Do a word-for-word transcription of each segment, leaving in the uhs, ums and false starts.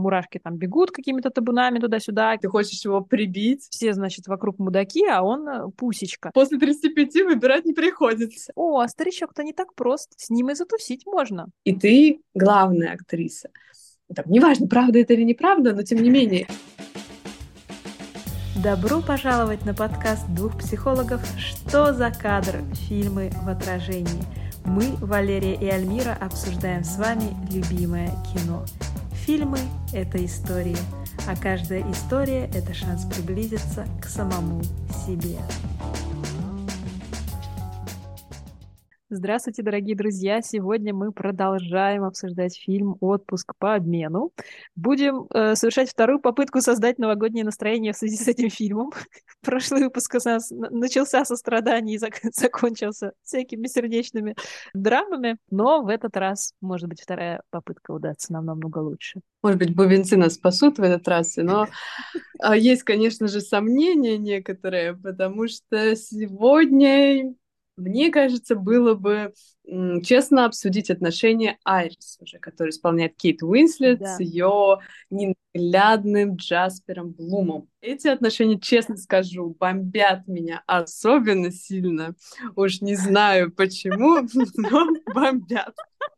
Мурашки там бегут какими-то табунами туда-сюда. Ты хочешь его прибить. Все, значит, вокруг мудаки, а он э, пусечка. После тридцати пяти выбирать не приходится. О, а старичок-то не так прост. С ним и затусить можно. И ты главная актриса. Там, неважно, правда это или неправда, но тем не менее. Добро пожаловать на подкаст двух психологов «Что за кадр? Фильмы в отражении». Мы, Валерия и Альмира, обсуждаем с вами любимое кино. Фильмы – это истории, а каждая история – это шанс приблизиться к самому себе. Здравствуйте, дорогие друзья! Сегодня мы продолжаем обсуждать фильм «Отпуск по обмену». Будем э, совершать вторую попытку создать новогоднее настроение в связи с этим фильмом. Прошлый выпуск у нас начался со страданий и зак- закончился всякими сердечными драмами, но в этот раз, может быть, вторая попытка удастся нам намного лучше. Может быть, бубенцы нас спасут в этот раз, но а, есть, конечно же, сомнения некоторые, потому что сегодня, мне кажется, было бы м, честно обсудить отношения Айрис уже, который исполняет Кейт Уинслет с Да. ее ненаглядным Джаспером Блумом. Эти отношения, честно скажу, бомбят меня особенно сильно. Уж не знаю почему, но бомбят.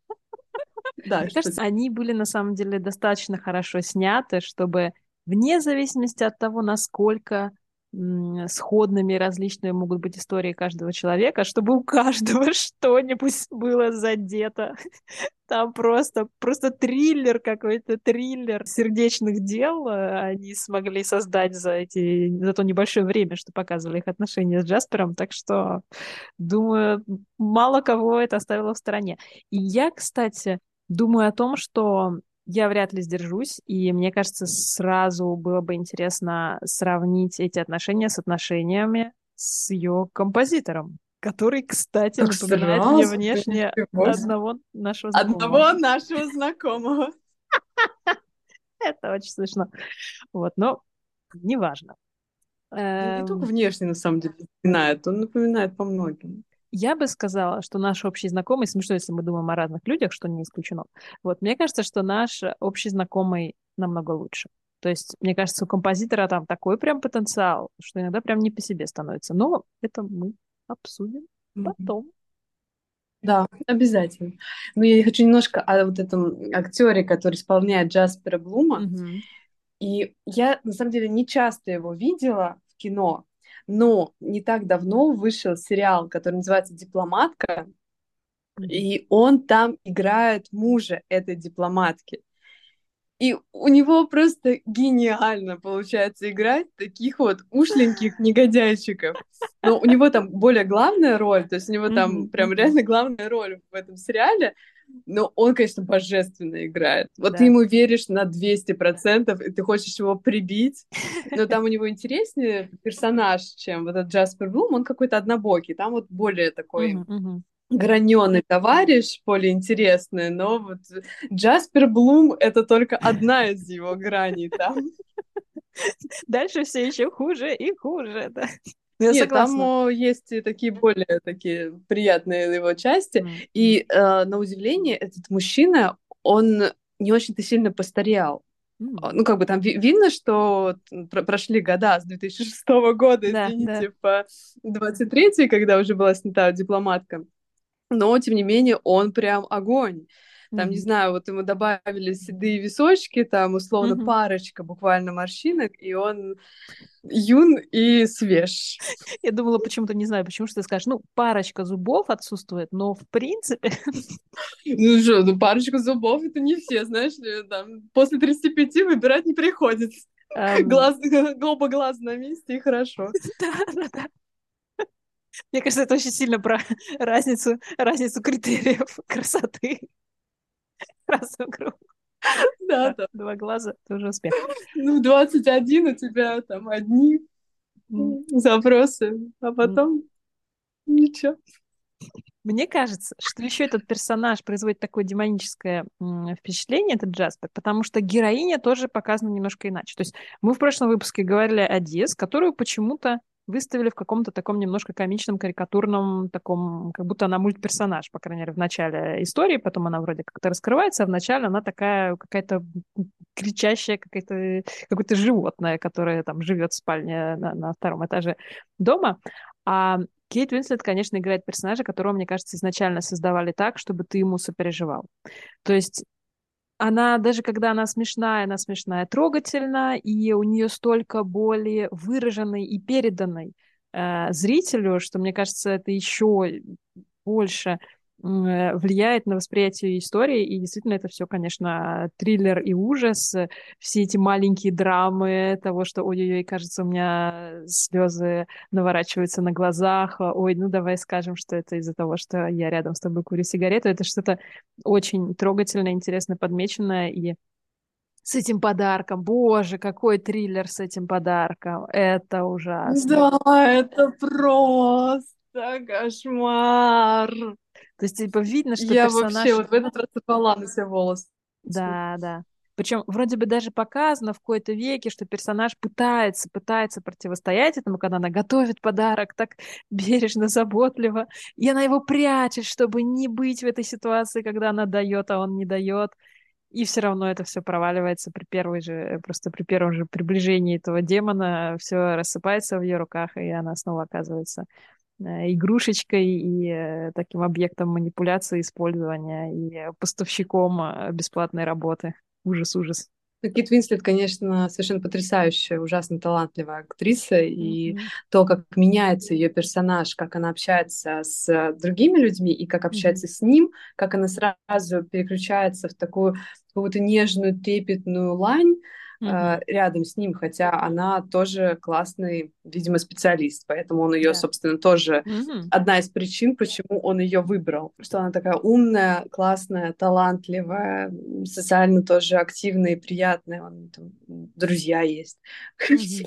Да, Мне что кажется, они были на самом деле достаточно хорошо сняты, чтобы вне зависимости от того, насколько м, сходными и различными могут быть истории каждого человека, чтобы у каждого что-нибудь было задето. Там просто, просто триллер какой-то, триллер сердечных дел э, они смогли создать за эти, за то небольшое время, что показывали их отношения с Джаспером. Так что, думаю, мало кого это оставило в стороне. И я, кстати, думаю о том, что я вряд ли сдержусь, и мне кажется, сразу было бы интересно сравнить эти отношения с отношениями с ее композитором, который, кстати, так напоминает мне сразу, да внешне ничего себе. одного нашего знакомого. Одного нашего знакомого. Это очень смешно. Вот, но неважно. Да не только Эм, внешне, на самом деле, напоминает, он напоминает по многим. Я бы сказала, что наш общий знакомый, смешно, если мы думаем о разных людях, что не исключено. Вот, мне кажется, что наш общий знакомый намного лучше. То есть, мне кажется, у композитора там такой прям потенциал, что иногда прям не по себе становится. Но это мы обсудим Мгм. потом. Да, обязательно. Но я хочу немножко о вот этом актере, который исполняет Джаспера Блума. Мгм. И я, на самом деле, не часто его видела в кино, но не так давно вышел сериал, который называется «Дипломатка», Мгм. и он там играет мужа этой дипломатки. И у него просто гениально получается играть таких вот ушленьких негодяйчиков. Но у него там более главная роль, то есть у него там Мгм. прям Мгм. реально главная роль в этом сериале, но он, конечно, божественно играет. Вот ты Да. ему веришь на двести процентов, и ты хочешь его прибить, но там у него интереснее персонаж, чем вот этот Джаспер Блум, он какой-то однобокий, там вот более Мгм. такой Мгм. граненый товарищ, более интересный, но вот Джаспер Блум — это только одна из его граней там. Дальше все еще хуже и хуже, да. Ну, я Нет, там согласна. о, есть и такие более такие приятные его части. М, м, И э, на удивление этот мужчина, он не очень-то сильно постарел. м. А, Ну, как бы там ви- видно, что пр- прошли года с две тысячи шестого года, Да, да. извините, по двадцать третий, когда уже была снята «Дипломатка». Но, тем не менее, он прям огонь. Там, не Мгм. знаю, вот ему добавили седые височки, там, условно, Мгм. парочка буквально морщинок, и он юн и свеж. Я думала, почему-то, не знаю, почему, что ты скажешь, ну, парочка зубов отсутствует, но в принципе... Ну что, ну парочка зубов — это не все, знаешь ли, там, после тридцати пяти выбирать не приходится. эм, Глаз, оба глаза на месте, и хорошо. Да, да, да. Мне кажется, это очень сильно про разницу, разницу критериев красоты. Раз вокруг. Да, Да, да. два глаза — это уже успех. Ну, в двадцать один у тебя там одни М, м, запросы, а м. потом ничего. Мне кажется, что еще этот персонаж производит такое демоническое м, впечатление, этот Джаспер, потому что героиня тоже показана немножко иначе. То есть мы в прошлом выпуске говорили о Дис, которую почему-то выставили в каком-то таком немножко комичном, карикатурном, таком, как будто она мультперсонаж, по крайней мере, в начале истории, потом она вроде как-то раскрывается, а в начале она такая какая-то кричащая, какая-то, какое-то животное, которое там живет в спальне на, на втором этаже дома. А Кейт Уинслет, конечно, играет персонажа, которого, мне кажется, изначально создавали так, чтобы ты ему сопереживал. То есть она, даже когда она смешная, она смешная трогательно, и у нее столько боли выраженной и переданной э, зрителю, что, мне кажется, это еще больше м, э, влияет на восприятие истории. И действительно, это все, конечно, триллер и ужас. Все эти маленькие драмы того, что, ой-ой-ой, кажется, у меня слезы наворачиваются на глазах. Ой, ну давай скажем, что это из-за того, что я рядом с тобой курю сигарету. Это что-то очень трогательно, интересно подмеченное. И с этим подарком, боже, какой триллер с этим подарком. Это ужасно. Да, это просто кошмар. То есть, типа, видно, что Я вообще персонаж. вот в этот раз сорвала на себя волосы. Да, да. Причем вроде бы даже показано в какой-то веке, что персонаж пытается, пытается противостоять этому, когда она готовит подарок так бережно, заботливо, и она его прячет, чтобы не быть в этой ситуации, когда она дает, а он не дает. И все равно это все проваливается при первой же, просто при первом же приближении этого демона, все рассыпается в ее руках, и она снова оказывается э, игрушечкой и э, таким объектом манипуляции, использования, и э, поставщиком э, бесплатной работы. Ужас, ужас. Ну, Кит Уинслет, конечно, совершенно потрясающая, ужасно талантливая актриса, и Мгм. то, как меняется ее персонаж, как она общается с другими людьми и как Мгм. общается с ним, как она сразу переключается в такую какую-то нежную, трепетную лань э, Мгм. рядом с ним, хотя она тоже классный, видимо, специалист, поэтому он ее, Да. собственно, тоже Мгм. одна из причин, почему он ее выбрал, что она такая умная, классная, талантливая, м, социально тоже активная и приятная, он там, м, друзья есть. Мгм.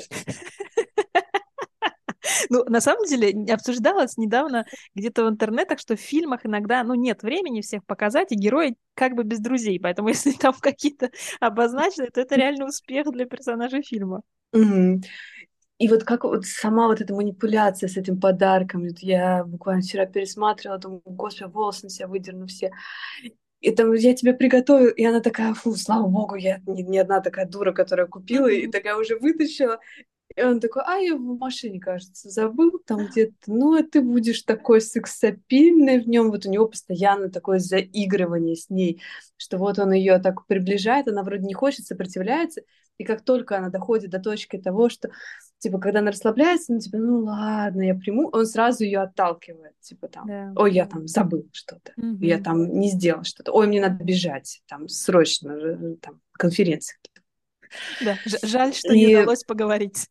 Ну, на самом деле, н- обсуждалось недавно где-то в интернетах, что в фильмах иногда, ну, нет времени всех показать, и герои как бы без друзей. Поэтому если там какие-то обозначены, то это реально успех для персонажа фильма. Мгм. И вот как вот сама вот эта манипуляция с этим подарком, вот я буквально вчера пересматривала, думаю, господи, волосы на себя выдерну все. И там я тебе приготовила, и она такая, фу, слава богу, я не, не одна такая дура, которая купила, и Мгм. такая уже вытащила. И он такой, а я в машине, кажется, забыл там где-то. Ну, а ты будешь такой сексапильный в нем. Вот у него постоянно такое заигрывание с ней, что вот он ее так приближает, она вроде не хочет, сопротивляется. И как только она доходит до точки того, что, типа, когда она расслабляется, ну, типа, ну, ладно, я приму, он сразу ее отталкивает. Типа там, Да, ой, я да. там забыл что-то. Я Мгм. там не сделал что-то. Ой, мне надо бежать. Там срочно, э, там, конференция. Да, Ж- жаль, что не И удалось поговорить.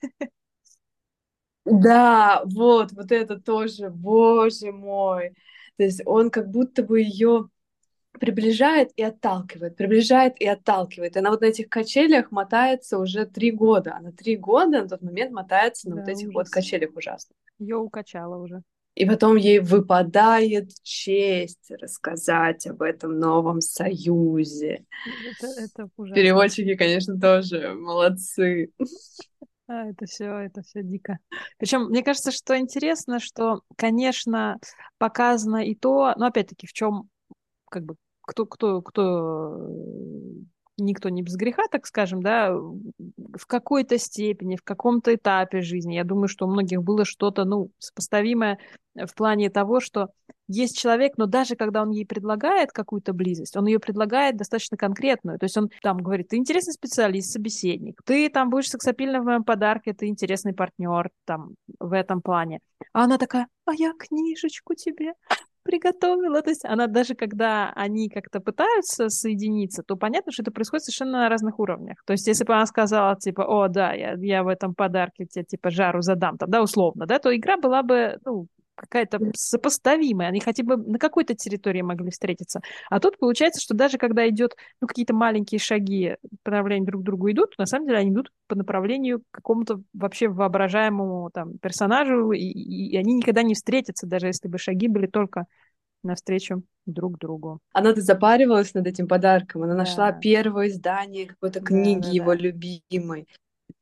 да, вот, вот это тоже, боже мой. То есть он как будто бы ее приближает и отталкивает, приближает и отталкивает. И она вот на этих качелях мотается уже три года. Она три года на тот момент мотается на вот Да, этих вот ужас. качелях ужасно. Ее укачало уже. И потом ей выпадает честь рассказать об этом новом союзе. Это, это ужасно. Переводчики, конечно, тоже молодцы. А, это все, это все дико. Причем, мне кажется, что интересно, что, конечно, показано и то, но опять-таки, в чем как бы кто, кто, кто, э, никто не без греха, так скажем, да, в какой-то степени, в каком-то этапе жизни. Я думаю, что у многих было что-то, ну, сопоставимое в плане того, что есть человек, но даже когда он ей предлагает какую-то близость, он ее предлагает достаточно конкретную. То есть он там говорит, ты интересный специалист, собеседник, ты там будешь сексапильна в моем подарке, ты интересный партнер там в этом плане. А она такая, а я книжечку тебе приготовила. То есть она даже когда они как-то пытаются соединиться, то понятно, что это происходит совершенно на разных уровнях. То есть если бы она сказала, типа, о, да, я, я в этом подарке тебе, типа, жару задам, там, да, условно, да, то игра была бы, ну, какая-то сопоставимая. Они хотя бы на какой-то территории могли встретиться. А тут получается, что даже когда идет, ну, какие-то маленькие шаги по направлению друг к другу идут, на самом деле они идут по направлению к какому-то вообще воображаемому там персонажу, и, и, и они никогда не встретятся, даже если бы шаги были только навстречу друг другу. Она-то запаривалась над этим подарком. Она нашла Да, первое издание какой-то да, книги да, его да. любимой.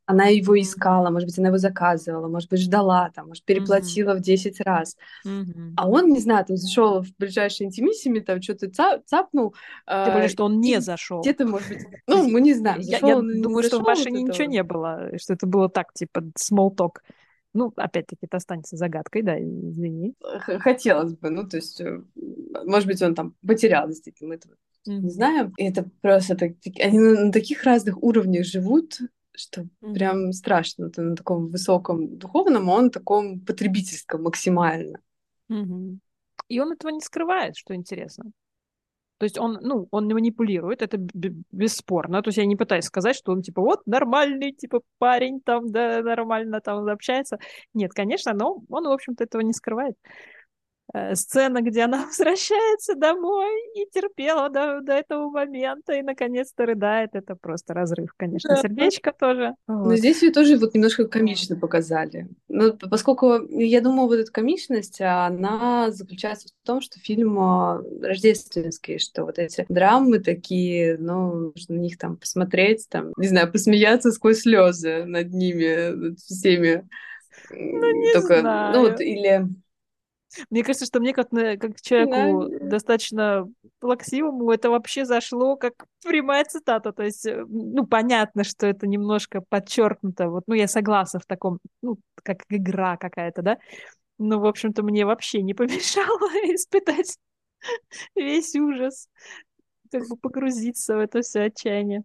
она его Мгм. искала, может быть, она его заказывала, может быть, ждала, там, может, Мгм. переплатила в десять раз. Мгм. А он, не знаю, там зашел в ближайший интимиссими, там что-то цап, цапнул, Тем более, э, что он не и зашел. где-то, может быть, То ну, есть мы не знаем, я, зашел я он или не думаю, что в зашел, вот машине это ничего вот. не было, что это было так, типа, small talk. Ну, опять-таки, это останется загадкой, да, извини. Х- Хотелось бы, ну, то есть, э, может быть, он там потерял, действительно, мы этого не Мгм. знаем. И это просто так, они на, на таких разных уровнях живут, что Мгм. прям страшно. Ты на таком высоком духовном, а он на таком потребительском максимально. Мгм. И он этого не скрывает, что интересно. То есть он, ну, он не манипулирует, это б- бесспорно. То есть я не пытаюсь сказать, что он, типа, вот, нормальный, типа, парень там, да, нормально там общается. Нет, конечно, но он, в общем-то, этого не скрывает. Э, сцена, где она возвращается домой и терпела до, до этого момента и, наконец-то, рыдает, это просто разрыв, конечно. Да. Сердечко тоже. Но Вот. здесь ее тоже вот немножко комично показали. Ну, п- поскольку я думаю, вот эта комичность, она заключается в том, что фильм а, рождественский, что вот эти драмы такие, ну, нужно на них там посмотреть, там, не знаю, посмеяться сквозь слезы над ними, над всеми. Ну, М, не Только, ну, вот, знаю. или... Мне кажется, что мне как, на- как Да, человеку достаточно плаксивому это вообще зашло как прямая цитата. То есть, э, ну, понятно, что это немножко подчеркнуто. Вот, ну, я согласна в таком, ну, как игра какая-то, да? Но, в общем-то, мне вообще не помешало испытать весь ужас, как бы погрузиться в это все отчаяние.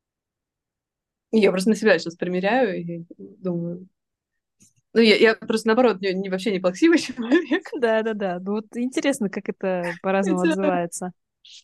я просто на себя сейчас примеряю и думаю... Ну, я, я просто, наоборот, не, не- вообще не плаксивый человек. Да-да-да. Ну, вот интересно, как это по-разному Хотя отзывается.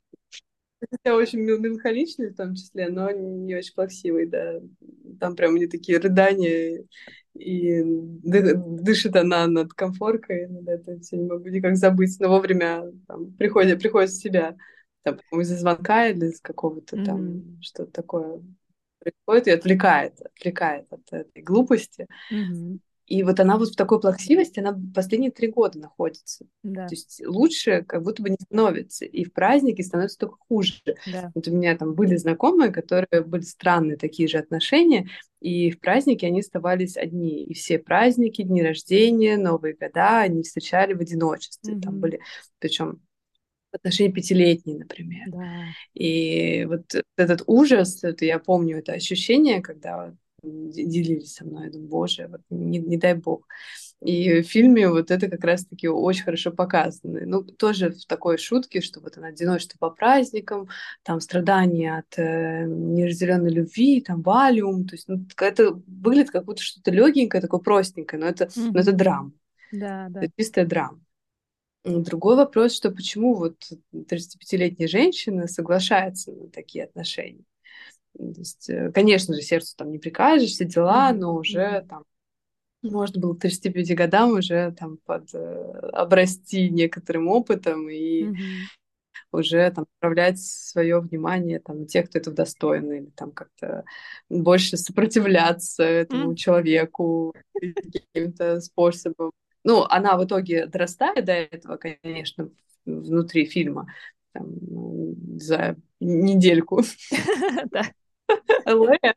я очень мел- меланхоличный в том числе, но не очень плаксивый, да. Там прям у нее такие рыдания, и ды- дышит она над комфоркой, над это все не могу никак забыть, но вовремя там, приходит, приходит в себя, там, по-моему, из-за звонка или из какого-то Мгм. там что-то такое происходит и отвлекает, отвлекает от этой глупости. Мгм. И вот она вот в такой плаксивости, она последние три года находится. Да, То есть лучше как будто бы не становится. И в празднике становится только хуже. да. Вот у меня там были знакомые, которые были странные такие же отношения, и в празднике они оставались одни. И все праздники, дни рождения, Новые года они встречали в одиночестве. Там Мгм. были, причем отношения пятилетние, например. Да. И вот этот ужас, это я помню это ощущение, когда д- делились со мной, я думаю, боже, вот не, не дай бог. И в фильме вот это как раз-таки очень хорошо показано. Ну, тоже в такой шутке, что вот она одиночество по праздникам, там страдания от э, неразделенной любви, там валиум, то есть ну, это выглядит как будто что-то легенькое, такое простенькое, но это, но это Мгм. драма, Да, это да. чистая драма. М, Другой вопрос, что почему вот тридцатипятилетняя женщина соглашается на такие отношения. То есть, э, конечно же, сердцу там не прикажешь, все дела, но Мгм. уже Мгм. там можно было к тридцати пяти годам уже там под, э, обрасти некоторым опытом и Мгм. уже там направлять свое внимание там, на тех, кто этого достоин, или там как-то больше сопротивляться этому М. человеку каким-то способом. Ну, она в итоге дорастает до этого, конечно, внутри фильма там, ну, за недельку. Да. Л.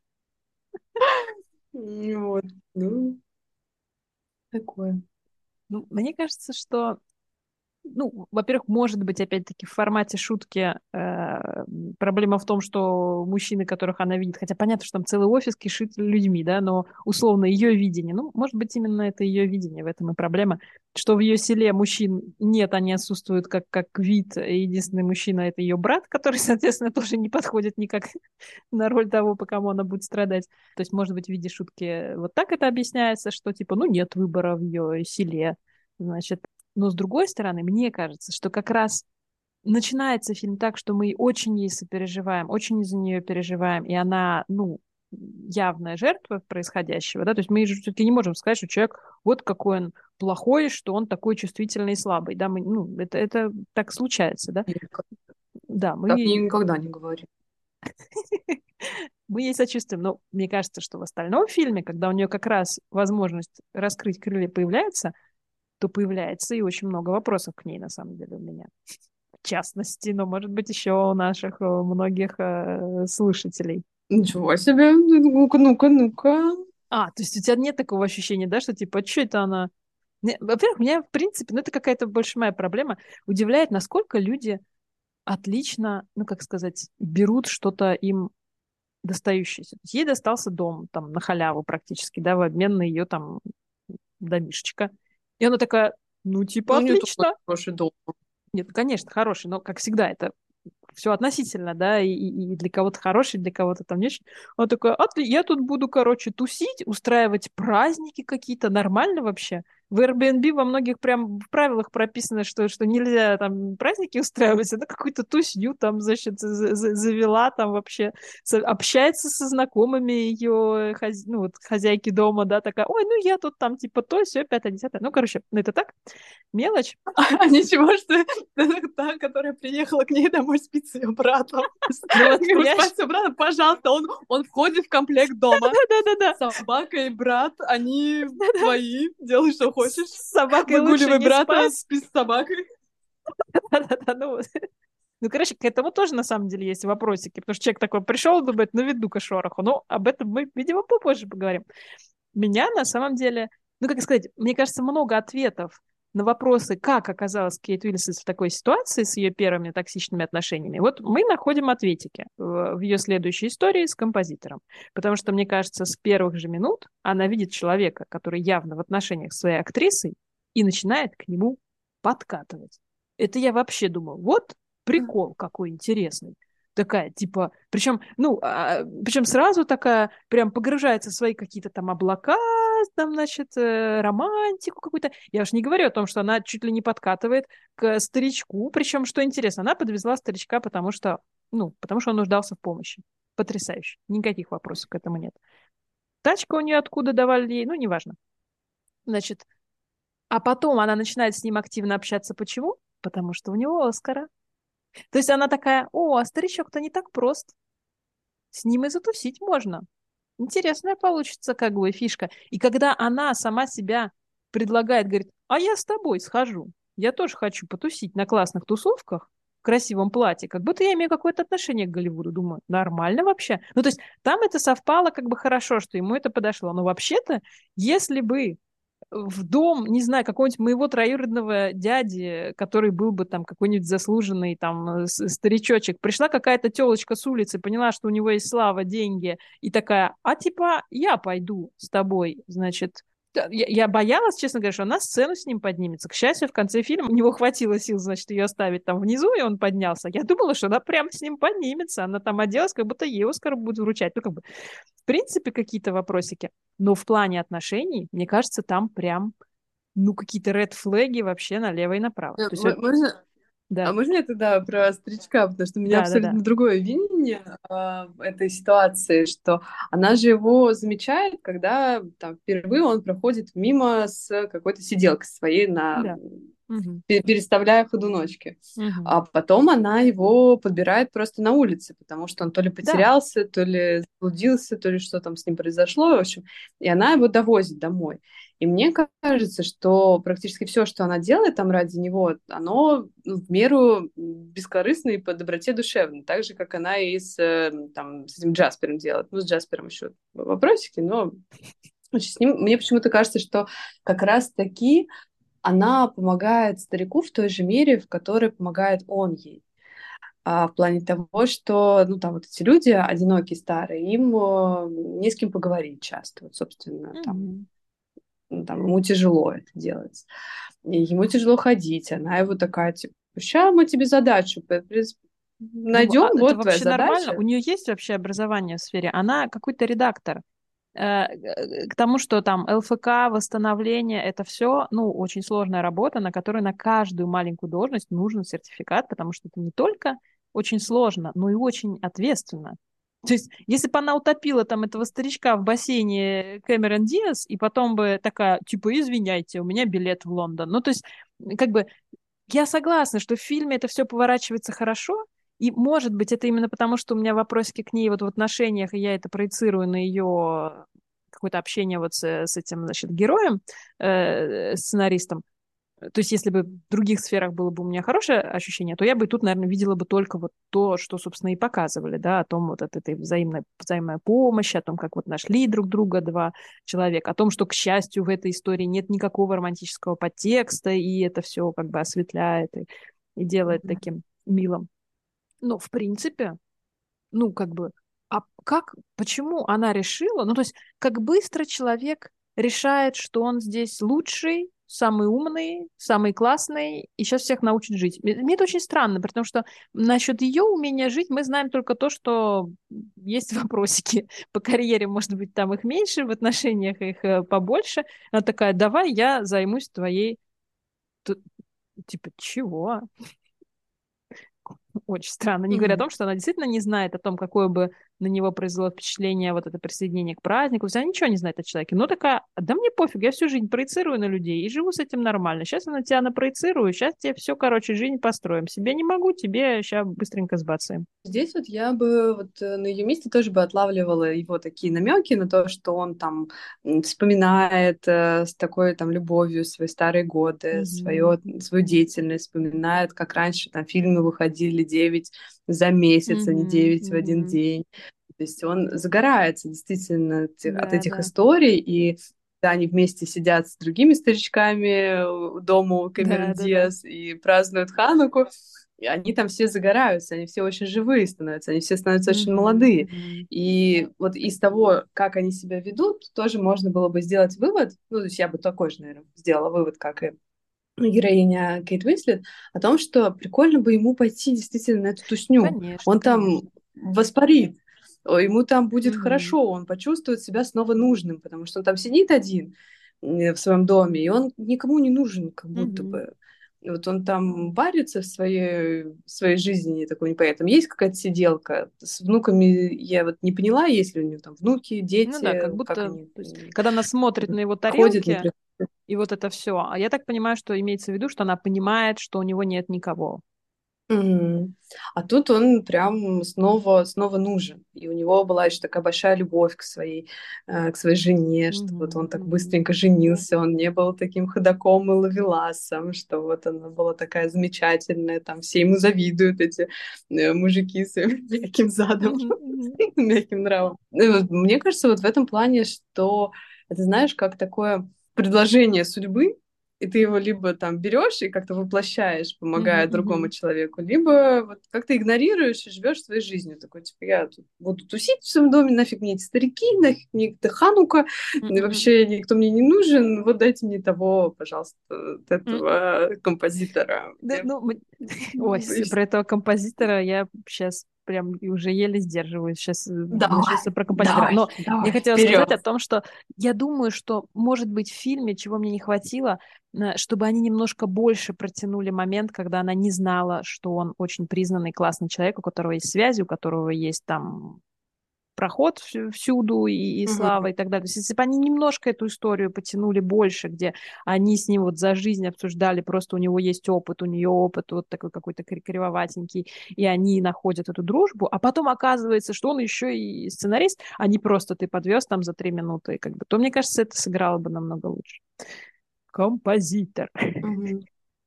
Вот. Ну, такое. Ну, мне кажется, что ну, во-первых, может быть, опять-таки, в формате шутки э, проблема в том, что мужчины, которых она видит, хотя понятно, что там целый офис кишит людьми, да, но условно ее видение, ну, может быть, именно это ее видение, в этом и проблема, что в ее селе мужчин нет, они отсутствуют как, как вид, и единственный мужчина — это ее брат, который, соответственно, тоже не подходит никак на роль того, по кому она будет страдать. То есть, может быть, в виде шутки вот так это объясняется, что, типа, ну, нет выбора в ее селе, значит, но с другой стороны, мне кажется, что как раз начинается фильм так, что мы очень ей сопереживаем, очень из-за нее переживаем, и она, ну, явная жертва происходящего, да, то есть мы же все-таки не можем сказать, что человек вот какой он плохой, что он такой чувствительный и слабый, да, мы, ну, это, это так случается, да, да, Так мы, никогда не говорю. мы ей сочувствуем, но мне кажется, что в остальном фильме, когда у нее как раз возможность раскрыть крылья появляется, то появляется и очень много вопросов к ней, на самом деле, у меня. В частности, но, может быть, еще у наших э, многих э, слушателей. Ничего себе. Ну-ка, ну-ка, ну-ка. А, то есть у тебя нет такого ощущения, да, что типа, что это она... Не, во-первых, меня, в принципе, ну это какая-то больше моя проблема, удивляет, насколько люди отлично, ну как сказать, берут что-то им достающееся. То есть ей достался дом там на халяву практически, да, в обмен на ее там домишечко. И она такая, ну типа, Ну, не только отлично. хороший дом. Нет, ну, конечно, хороший, но, как всегда, это все относительно, да, и, и- и для кого-то хороший, для кого-то там не очень. Он такой, «Отли- я тут буду, короче, тусить, устраивать праздники какие-то, нормально вообще. В Airbnb во многих прям в правилах прописано, что, что нельзя там праздники устраивать, она какую-то тусню там, значит, за- за- завела там вообще, со- общается со знакомыми ее, хозя- ну, вот, хозяйки дома, да, такая, ой, ну я тут там типа то, все, пятое, десятое. Ну, короче, ну это так, мелочь. А ничего, что та, которая приехала к ней домой, спит с ее братом. Ну вот, Говорю, понимаешь? спать с ее братом, пожалуйста, он, он входит в комплект дома. Да-да-да. Собака и брат, они твои, делай, что хочешь. С собакой лучше Выгуливай не брата, спать. спи с собакой. Да-да-да, ну, вот. Ну, короче, к этому тоже на самом деле есть вопросики, потому что человек такой пришел, думает, наведу-ка шороху. Ну, об этом мы, видимо, попозже поговорим. Меня на самом деле, ну, как сказать, мне кажется, много ответов на вопросы, как оказалась Кейт Уинслет в такой ситуации с ее первыми токсичными отношениями. Вот мы находим ответики в, в ее следующей истории с композитором. Потому что, мне кажется, с первых же минут она видит человека, который явно в отношениях с своей актрисой, и начинает к нему подкатывать. Это я вообще думаю, вот прикол какой интересный. Такая, типа, причем, ну, а, причем сразу такая, прям погружается в свои какие-то там облака, там, значит, э, романтику какую-то. Я уж не говорю о том, что она чуть ли не подкатывает к старичку. Причем, что интересно, она подвезла старичка, потому что, ну, потому что он нуждался в помощи. Потрясающе. Никаких вопросов к этому нет. Тачка у нее откуда давали ей, ну, неважно. Значит, а потом она начинает с ним активно общаться. Почему? Потому что у него Оскара. То есть она такая, о, а старичок-то не так прост. С ним и затусить можно. Интересная получится как бы фишка. И когда она сама себя предлагает, говорит, а я с тобой схожу. Я тоже хочу потусить на классных тусовках в красивом платье, как будто я имею какое-то отношение к Голливуду. Думаю, нормально вообще. Ну, то есть там это совпало как бы хорошо, что ему это подошло. Но вообще-то, если бы в дом, не знаю, какого-нибудь моего троюродного дяди, который был бы там какой-нибудь заслуженный там старичочек, пришла какая-то телочка с улицы, поняла, что у него есть слава, деньги, и такая, а типа, я пойду с тобой, значит, я, я боялась, честно говоря, что она сцену с ним поднимется. К счастью, в конце фильма у него хватило сил, значит, ее оставить там внизу, и он поднялся. Я думала, что она прямо с ним поднимется. Она там оделась, как будто ей Оскар будет вручать. Ну, как бы, в принципе, какие-то вопросики. Но в плане отношений, мне кажется, там прям, ну, какие-то ред-флаги вообще налево и направо. Э, То есть, мо- вот, Можно, да, а можно я тогда про старичка, потому что у меня да, да, да, абсолютно другое видение а, этой ситуации, что она же его замечает, когда там впервые он проходит мимо с какой-то сиделкой своей на да. Мгм, пе- переставляя ходуночки. мгм. А потом она его подбирает просто на улице, потому что он то ли Да, потерялся, то ли заблудился, то ли что там с ним произошло, в общем. И она его довозит домой. И мне кажется, что практически все, что она делает там ради него, оно ну, в меру бескорыстно и по доброте душевно. Так же, как она и с, э, там, с этим Джаспером делает. Ну, с Джаспером еще вопросики, но значит, с ним, мне почему-то кажется, что как раз-таки она помогает старику в той же мере, в которой помогает он ей. А, в плане того, что, ну, там вот эти люди одинокие, старые, им э, не с кем поговорить часто. Вот, собственно, там, мгм. ну, там ему тяжело это делать. И ему тяжело ходить. Она его такая, типа, сейчас мы тебе задачу Ну, а найдем, это вот твоя вообще нормально? У задача. нее есть вообще образование в сфере? Она какой-то редактор. Э, э, К тому, что там эл эф ка, восстановление, это все, ну, очень сложная работа, на которую на каждую маленькую должность нужен сертификат, потому что это не только очень сложно, но и очень ответственно. То есть, если бы она утопила там этого старичка в бассейне Кэмерон Диас, и потом бы такая, типа, извиняйте, у меня билет в Лондон. Ну, то есть, как бы, я согласна, что в фильме это все поворачивается хорошо, и, может быть, это именно потому, что у меня вопросики к ней вот в отношениях, и я это проецирую на ее какое-то общение вот с, с этим, значит, героем, э, сценаристом. То есть, если бы в других сферах было бы у меня хорошее ощущение, то я бы тут, наверное, видела бы только вот то, что, собственно, и показывали, да, о том вот от этой взаимной, взаимной помощи, о том, как вот нашли друг друга два человека, о том, что, к счастью, в этой истории нет никакого романтического подтекста, и это все как бы осветляет и, и делает Мгм. таким милым. Но, в принципе, ну, как бы, а как, почему она решила, ну, то есть, как быстро человек решает, что он здесь лучший, самый умный, самый классный, и сейчас всех научит жить. Мне мне это очень странно, потому что насчет ее умения жить мы знаем только то, что есть вопросики по карьере, может быть, там их меньше, в отношениях их э, побольше. Она такая, давай я займусь твоей... Т- Типа, чего? Очень странно. Не говоря о Мгм. том, что она действительно не знает о том, какое бы на него произвело впечатление вот это присоединение к празднику. То есть она ничего не знает о человеке. Но такая, да мне пофиг, я всю жизнь проецирую на людей и живу с этим нормально. Сейчас я на тебя напроецирую, сейчас тебе все, короче, жизнь построим. Себе не могу, тебе сейчас быстренько сбацаем. Здесь вот я бы вот э, на ее месте тоже бы отлавливала его такие намеки на то, что он там м, вспоминает э, с такой там любовью свои старые годы, Мгм. свое, свою деятельность, вспоминает, как раньше там фильмы выходили девять за месяц, а не Мгм. девять в один Мгм. день. То есть он загорается действительно от этих от Да, этих да. историй, и да, они вместе сидят с другими старичками у дома у Кэмерон Да, да, да. Диас и празднуют Хануку. И они там все загораются, они все очень живые становятся, они все становятся очень Мгм. молодые. Мгм. И вот из того, как они себя ведут, тоже можно было бы сделать вывод, ну, то есть я бы такой же, наверное, сделала вывод, как и героиня Кейт Уинслет, о том, что прикольно бы ему пойти действительно на эту тусню. Конечно, Он там конечно. воспарит, о, ему там будет Мгм. хорошо, он почувствует себя снова нужным, потому что он там сидит один э, в своем доме, и он никому не нужен, как будто Мгм. бы. И вот он там варится в своей, в своей жизни, такой непонятно. Там есть какая-то сиделка. С внуками я вот не поняла, есть ли у него там внуки, Ну да, дети, как как будто, они то есть, когда она смотрит на его приходят, не тарелки, приходят. и вот это все. А я так понимаю, что имеется в виду, что она понимает, что у него нет никого. Мгм. А тут он прям снова, снова нужен. И у него была еще такая большая любовь к своей, э, к своей жене, что вот Мгм, он так мгм. быстренько женился, он не был таким ходаком и ловеласом, что вот она была такая замечательная, там все ему завидуют, эти э, мужики с своим мягким задом, Мгм, мгм. мягким нравом. И вот мне кажется, вот в этом плане, что это, знаешь, как такое предложение судьбы, и ты его либо там берешь и как-то воплощаешь, Мгм, помогая другому мгм. человеку, либо вот как-то игнорируешь и живешь своей жизнью. Такой, типа, я тут буду тусить в своем доме, нафиг мне эти старики, нафиг мне эта Ханука, и М-м-м. вообще никто мне не нужен, вот дайте мне того, пожалуйста, вот М. этого композитора. Да, И- ну, мы- ой, и с- вс- про этого композитора я сейчас прям и уже еле сдерживаюсь. Сейчас Давай, начнется про композитора. давай, Но мне давай, хотелось сказать вперед. о том, что я думаю, что, может быть, в фильме, чего мне не хватило, э, чтобы они немножко больше протянули момент, когда она не знала, что он очень признанный, классный человек, у которого есть связи, у которого есть там проход всю- всюду и, и слава Мгм. и так далее. То есть, если бы они немножко эту историю потянули больше, где они с ним вот за жизнь обсуждали, просто у него есть опыт, у нее опыт вот такой какой-то кри- кривоватенький, и они находят эту дружбу, а потом оказывается, что он еще и сценарист, а не просто ты подвез там за три минуты, как бы, то, мне кажется, это сыграло бы намного лучше. Композитор. Мгм.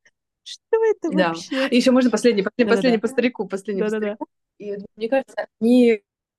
Что это Да. вообще? И еще можно последний, последний, последний Да-да-да. по старику, последний по Да-да-да. старику. И вот мне кажется, они,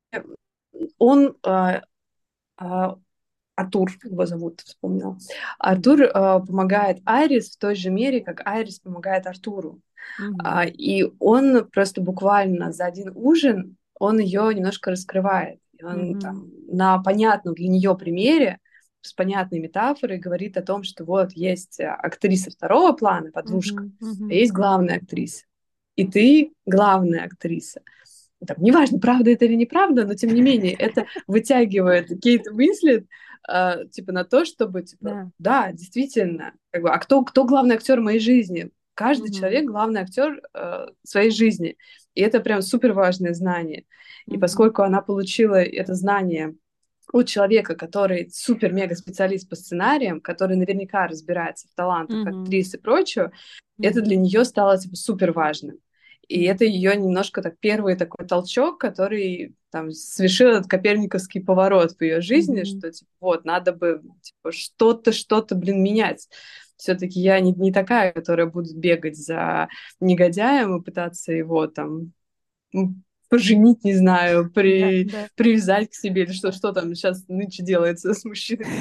он а, а, Артур его зовут, вспомнила. Артур Мгм. э, помогает Айрис в той же мере, как Айрис помогает Артуру. А, Мгм. и он просто буквально за один ужин, он ее немножко раскрывает. И он Мгм. там на понятном для нее примере, с понятной метафорой говорит о том, что вот есть э, актриса второго плана, подружка, Мгм. а Мгм. есть главная актриса. И ты главная актриса. Там, неважно, правда это или неправда, но тем не менее это вытягивает Кейт Уинслет э, типа на то, чтобы типа Да. да, действительно, как бы, а кто кто главный актер моей жизни? Каждый Мгм. человек главный актер э, своей жизни, и это прям супер важное знание. И Мгм. поскольку она получила это знание от человека, который супер-мега специалист по сценариям, который наверняка разбирается в талантах Мгм. актрис и прочего, это Мгм. для нее стало типа супер важным. И Мгм. это ее немножко так первый такой толчок, который там совершил этот коперниковский поворот в ее жизни, Мгм. что типа вот надо бы типа, что-то, что-то, блин, менять. все-таки я не, не такая, которая будет бегать за негодяем и пытаться его там м, поженить, не знаю, Да, при, да. привязать к себе, или что, что там сейчас нынче делается с мужчинами.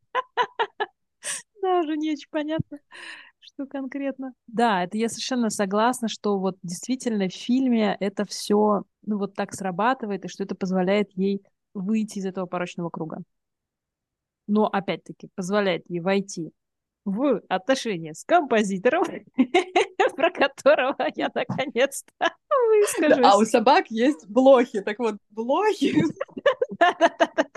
Да, уже не очень понятно, что конкретно. Да, это я совершенно согласна, что вот действительно в фильме это все, ну, вот так срабатывает, и что это позволяет ей выйти из этого порочного круга. Но, опять-таки, позволяет ей войти в отношения с композитором, про которого я наконец-то Да, а у выскажусь. собак есть блохи. Так вот, блохи. Да-да-да-да,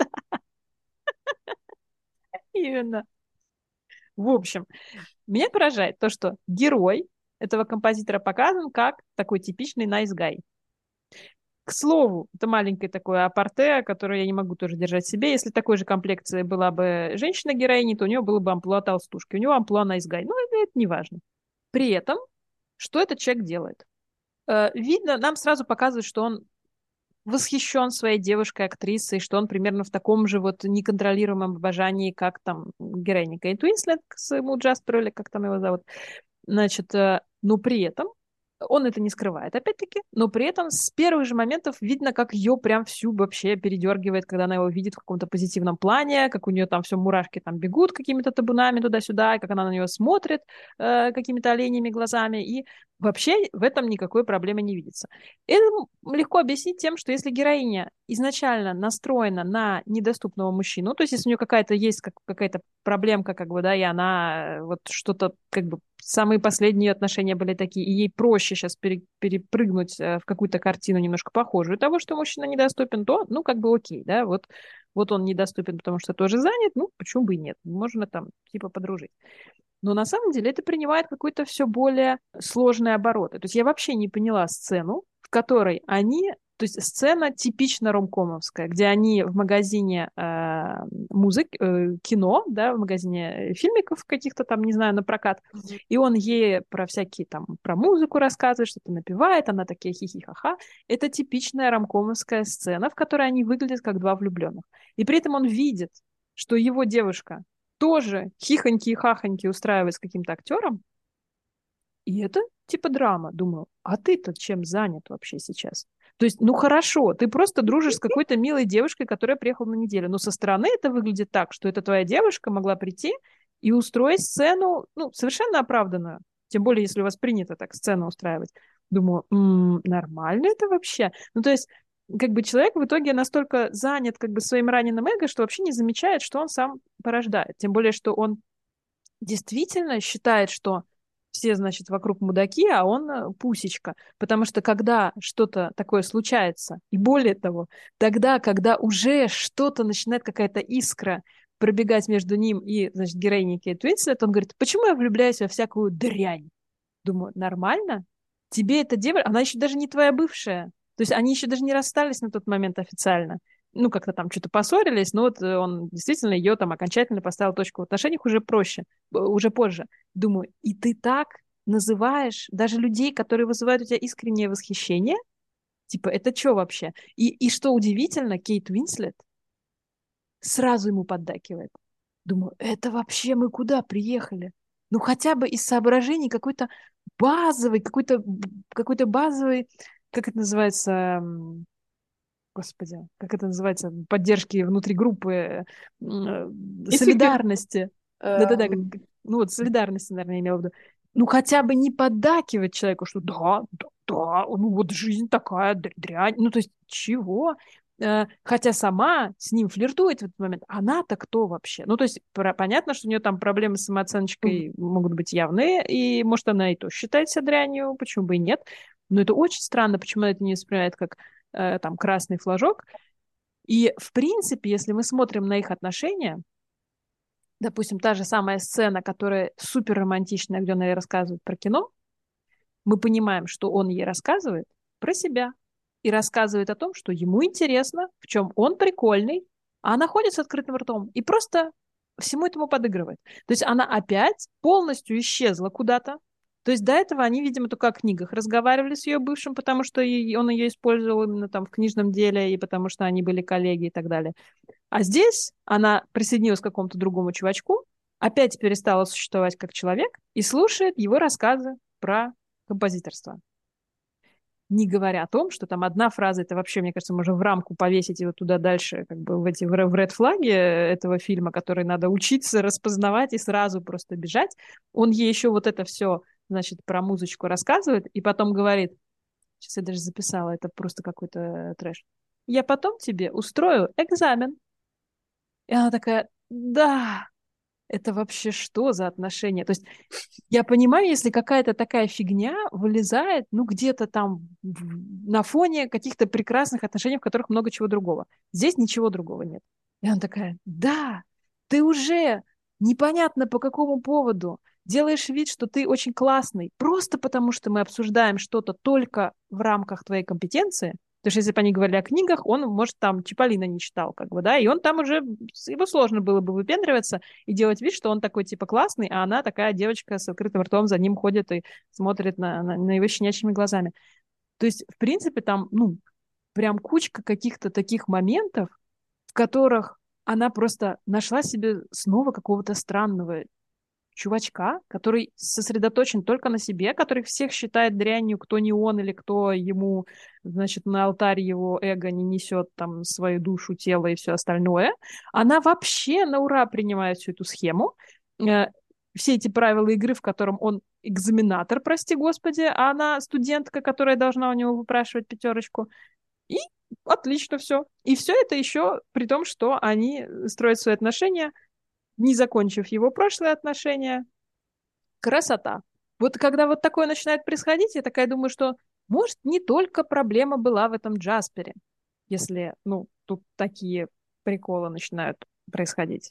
именно. В общем, меня поражает то, что герой этого композитора показан как такой типичный nice guy. К слову, это маленькое такое апорте, которое я не могу тоже держать в себе. Если такой же комплекции была бы женщина-героиня, то у нее было бы амплуа толстушки. У него амплуа nice guy. Но это, это не важно. При этом, что этот человек делает? Э, видно, нам сразу показывают, что он восхищен своей девушкой-актрисой, что он примерно в таком же вот неконтролируемом обожании, как там героиня Кейт Уинслет к своему Джасперу, или как там его зовут. Значит, э, но при этом он это не скрывает, опять-таки, но при этом с первых же моментов видно, как ее прям всю вообще передергивает, когда она его видит в каком-то позитивном плане, как у нее там все мурашки там бегут какими-то табунами туда-сюда, и как она на него смотрит э, какими-то оленями глазами, и вообще в этом никакой проблемы не видится. Это легко объяснить тем, что если героиня изначально настроена на недоступного мужчину, то есть если у нее какая-то есть как, какая-то проблемка, как бы, да, и она э, вот что-то, как бы, самые последние отношения были такие, и ей проще сейчас пере, перепрыгнуть э, в какую-то картину немножко похожую того, что мужчина недоступен, то, ну, как бы окей, да, вот, вот он недоступен, потому что тоже занят, ну, почему бы и нет, можно там, типа, подружить. Но на самом деле это принимает какой-то все более сложные обороты. То есть я вообще не поняла сцену, в которой они, то есть сцена типично ромкомовская, где они в магазине э, музыки, э, кино, да, в магазине фильмиков каких-то там, не знаю, на прокат, и он ей про всякие там, про музыку рассказывает, что-то напевает, она такие хихи-ха-ха. Это типичная ромкомовская сцена, в которой они выглядят как два влюбленных. И при этом он видит, что его девушка тоже хихоньки и хахоньки устраивает с каким-то актером, и это типа драма. Думаю, а ты-то чем занят вообще сейчас? То есть, ну хорошо, ты просто дружишь с какой-то милой девушкой, которая приехала на неделю, но со стороны это выглядит так, что эта твоя девушка могла прийти и устроить сцену, ну, совершенно оправданную. Тем более, если у вас принято так сцену устраивать. Думаю, м-м, нормально это вообще? Ну, то есть, как бы человек в итоге настолько занят как бы своим раненым эго, что вообще не замечает, что он сам порождает. Тем более, что он действительно считает, что все, значит, вокруг мудаки, а он э, пусечка. Потому что когда что-то такое случается, и более того, тогда, когда уже что-то начинает, какая-то искра пробегать между ним и, значит, героиней Кейт Уинслет, он говорит, почему я влюбляюсь во всякую дрянь? Думаю, нормально? Тебе эта девушка, она еще даже не твоя бывшая. То есть они еще даже не расстались на тот момент официально. Ну, как-то там что-то поссорились, но вот э, он действительно ее там окончательно поставил точку в отношениях уже проще, э, уже позже. Думаю, и ты так называешь даже людей, которые вызывают у тебя искреннее восхищение? Типа, это что вообще? И, и что удивительно, Кейт Уинслет сразу ему поддакивает. Думаю, это вообще мы куда приехали? Ну, хотя бы из соображений какой-то базовый, какой-то какой-то базовый, как это называется, м, господи, как это называется, поддержки внутри группы, м, э, Этикет. солидарности. Да-да-да, как- эм, как- ну вот солидарности, наверное, я имела в виду. Ну, хотя бы не поддакивать человеку, что да, да, да, ну вот жизнь такая, дря- дрянь. Ну, то есть, чего? Э, Хотя сама с ним флиртует в этот момент. Она-то кто вообще? Ну, то есть, про- понятно, что у нее там проблемы с самооценочкой могут быть явные, и, может, она и то считает себя дрянью, почему бы и нет. Но это очень странно, почему она это не воспринимает как э, там красный флажок. И, в принципе, если мы смотрим на их отношения, допустим, та же самая сцена, которая супер романтичная, где она ей рассказывает про кино, мы понимаем, что он ей рассказывает про себя и рассказывает о том, что ему интересно, в чем он прикольный, а она ходит с открытым ртом и просто всему этому подыгрывает. То есть она опять полностью исчезла куда-то. То есть до этого они, видимо, только о книгах разговаривали с ее бывшим, потому что он ее использовал именно там в книжном деле, и потому что они были коллеги и так далее. А здесь она присоединилась к какому-то другому чувачку, опять перестала существовать как человек и слушает его рассказы про композиторство. Не говоря о том, что там одна фраза, это вообще, мне кажется, можно в рамку повесить его туда дальше, как бы в эти в ред флаги этого фильма, который надо учиться распознавать и сразу просто бежать. Он ей еще вот это все, значит, про музычку рассказывает, и потом говорит, сейчас я даже записала, это просто какой-то трэш. Я потом тебе устрою экзамен. И она такая, да, это вообще что за отношения? То есть я понимаю, если какая-то такая фигня вылезает, ну, где-то там в- на фоне каких-то прекрасных отношений, в которых много чего другого. Здесь ничего другого нет. И она такая, да, ты уже непонятно по какому поводу делаешь вид, что ты очень классный, просто потому что мы обсуждаем что-то только в рамках твоей компетенции. Потому что если бы они говорили о книгах, он, может, там Чиполлино не читал, как бы, да, и он там уже, его сложно было бы выпендриваться и делать вид, что он такой, типа, классный, а она такая девочка с открытым ртом за ним ходит и смотрит на, на, на его щенячьими глазами. То есть, в принципе, там, ну, прям кучка каких-то таких моментов, в которых она просто нашла себе снова какого-то странного чувачка, который сосредоточен только на себе, который всех считает дрянью, кто не он или кто ему, значит, на алтарь его эго не несет там свою душу, тело и все остальное. Она вообще на ура принимает всю эту схему. Э, все эти правила игры, в котором он экзаменатор, прости господи, а она студентка, которая должна у него выпрашивать пятерочку. И отлично все. И все это еще при том, что они строят свои отношения, не закончив его прошлые отношения. Красота. Вот когда вот такое начинает происходить, я такая думаю, что, может, не только проблема была в этом Джаспере, если, ну, тут такие приколы начинают происходить.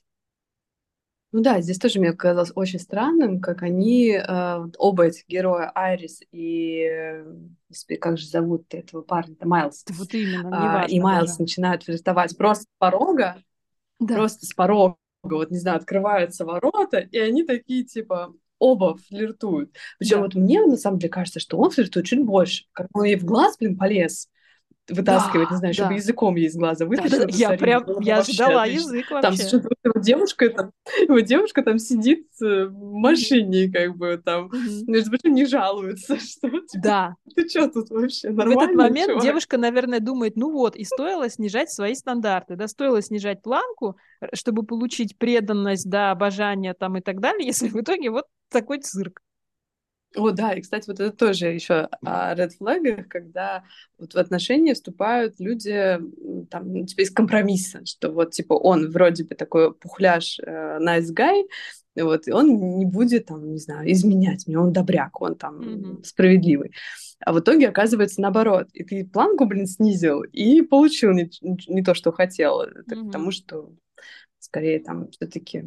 Ну да, здесь тоже мне казалось очень странным, как они, э, вот оба этих героя, Айрис и, э, господи, как же зовут этого парня, это Майлз, Это вот именно, а, и неважно Майлз даже. начинают флиртовать просто с порога, Да, просто с порога, вот, не знаю, открываются ворота, и они такие, типа, оба флиртуют. Причем да, вот мне, на самом деле, кажется, что он флиртует чуть больше. Как он ей в глаз, блин, полез вытаскивать, не да, знаю, еще бы да. языком ей из глаза Да, да, да. вытащил бы Я солидно, прям, было бы я вообще ждала отлично. язык Там вообще. что-то его девушка, там, его девушка там сидит э, в Мгм, машине, как бы там, мгм. между прочим, не жалуется, что типа, Да. ты что тут вообще, И в этот нормальный момент чувак? девушка, наверное, думает, ну вот, и стоило снижать свои стандарты, да, стоило снижать планку, э, чтобы получить преданность, да, обожание там и так далее, если в итоге вот такой цирк. О, да, и, кстати, вот это тоже еще о red флагах, когда вот в отношения вступают люди, м, там, ну, типа, из компромисса, что вот, типа, он вроде бы такой пухляж, э, nice guy, вот, и он не будет, там, не знаю, изменять мне, он добряк, он Мгм. там справедливый. А в итоге оказывается наоборот. И ты планку, блин, снизил и получил не, не то, что хотел. Это к тому, Мгм. что скорее там все-таки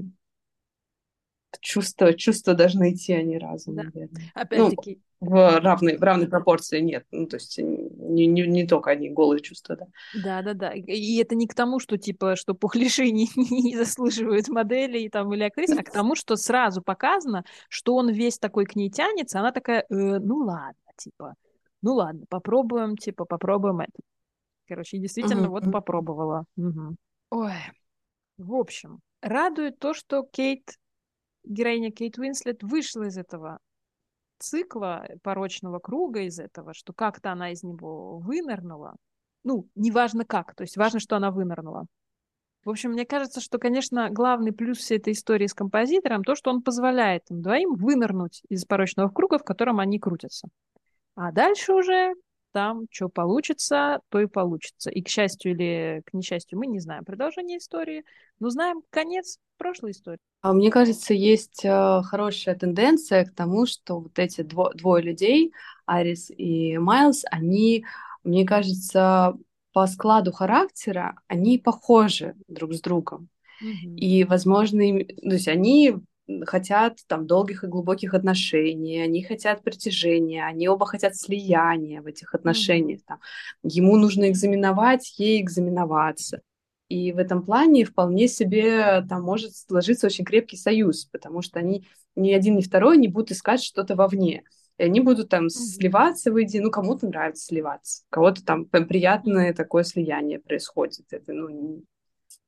чувства, чувства должны идти, а не разум, Да. наверное. Ну, Опять-таки, в равной, в равной пропорции нет. Ну, то есть не, не, не только одни голые чувства, да. да-да-да. И и это не к тому, что, типа, что пухляши не, не заслуживают моделей там, или актрис, а к тому, что сразу показано, что он весь такой к ней тянется, она такая, «Э, ну ладно, типа, ну ладно, попробуем, типа, попробуем это. Короче, и действительно, вот Мгм. попробовала. Мгм. Ой, в общем, радует то, что Кейт, героиня Кейт Уинслет, вышла из этого цикла, порочного круга, из этого, что как-то она из него вынырнула. Ну, неважно как, то есть важно, что она вынырнула. В общем, мне кажется, что, конечно, главный плюс всей этой истории с композитором то, что он позволяет им двоим вынырнуть из порочного круга, в котором они крутятся. А дальше уже там, что получится, то и получится. И к счастью или к несчастью, мы не знаем продолжение истории, но знаем конец прошлой истории. А мне кажется, есть э, хорошая тенденция к тому, что вот эти дво- двое людей, Арис и Майлз, они, мне кажется, по складу характера, они похожи друг с другом. Мгм. И, возможно, им- то есть они хотят там долгих и глубоких отношений, они хотят притяжения, они оба хотят слияния в этих отношениях. Мгм. Там. Ему нужно экзаменовать, ей экзаменоваться. И в этом плане вполне себе там может сложиться очень крепкий союз, потому что они ни один, ни второй не будут искать что-то вовне. И они будут там Мгм. сливаться в идее, ну, кому-то нравится сливаться, у кого-то там прям приятное Мгм. такое слияние происходит. Это, ну,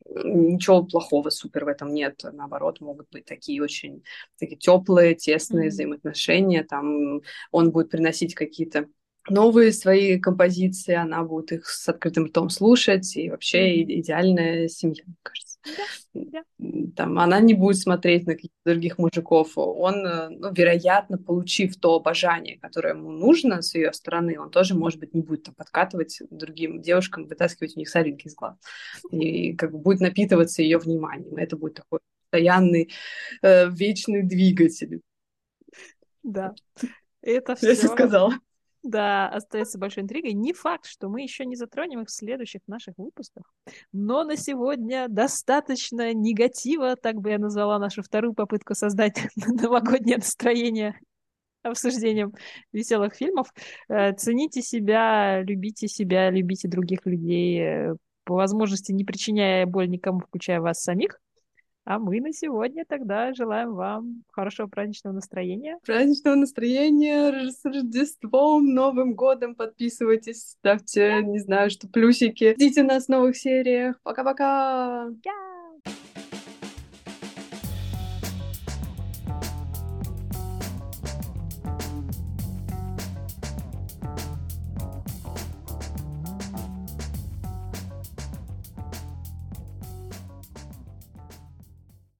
ничего плохого супер в этом нет. Наоборот, могут быть такие очень такие теплые, тесные Мгм. взаимоотношения. Там он будет приносить какие-то новые свои композиции, она будет их с открытым ртом слушать, и вообще Мгм. и- идеальная семья, мне кажется. Да, да. Там, она не будет смотреть на каких-то других мужиков. Он, э, ну, вероятно, получив то обожание, которое ему нужно с ее стороны, он тоже, может быть, не будет там подкатывать другим девушкам, вытаскивать у них соринки из глаз. И как бы будет напитываться ее вниманием. Это будет такой постоянный, э, вечный двигатель. Да. Это Я все все. сказала. Да, остается большой интригой. Не факт, что мы еще не затронем их в следующих наших выпусках. Но на сегодня достаточно негатива, так бы я назвала нашу вторую попытку создать новогоднее настроение обсуждением веселых фильмов. Э, Цените себя, любите себя, любите других людей, э, по возможности не причиняя боль никому, включая вас самих. А мы на сегодня тогда желаем вам хорошего праздничного настроения. Праздничного настроения, с Рождеством, Новым годом. Подписывайтесь, ставьте, не знаю, что плюсики. Ждите нас в новых сериях. Пока-пока! Yeah!